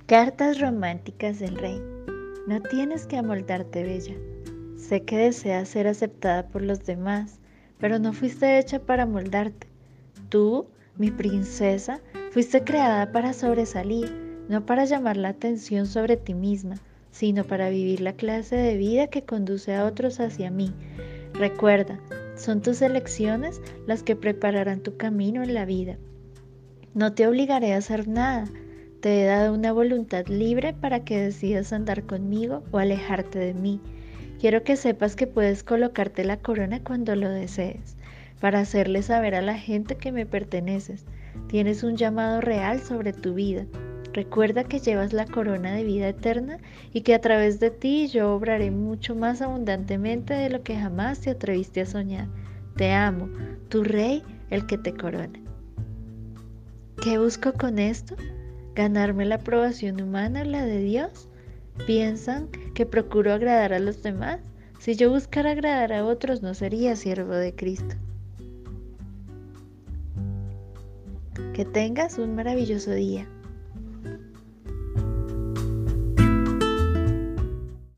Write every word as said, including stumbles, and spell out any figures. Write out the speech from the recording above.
Cartas románticas del rey. No tienes que amoldarte, bella. Sé que deseas ser aceptada por los demás, pero no fuiste hecha para amoldarte. Tú, mi princesa, fuiste creada para sobresalir, no para llamar la atención sobre ti misma, sino para vivir la clase de vida que conduce a otros hacia mí. Recuerda, son tus elecciones las que prepararán tu camino en la vida. No te obligaré a hacer nada. Te he dado una voluntad libre para que decidas andar conmigo o alejarte de mí. Quiero que sepas que puedes colocarte la corona cuando lo desees, para hacerle saber a la gente que me perteneces. Tienes un llamado real sobre tu vida. Recuerda que llevas la corona de vida eterna y que a través de ti yo obraré mucho más abundantemente de lo que jamás te atreviste a soñar. Te amo, tu rey, el que te corona. ¿Qué busco con esto? ¿Ganarme la aprobación humana o la de Dios? ¿Piensan que procuro agradar a los demás? Si yo buscara agradar a otros, no sería siervo de Cristo. Que tengas un maravilloso día.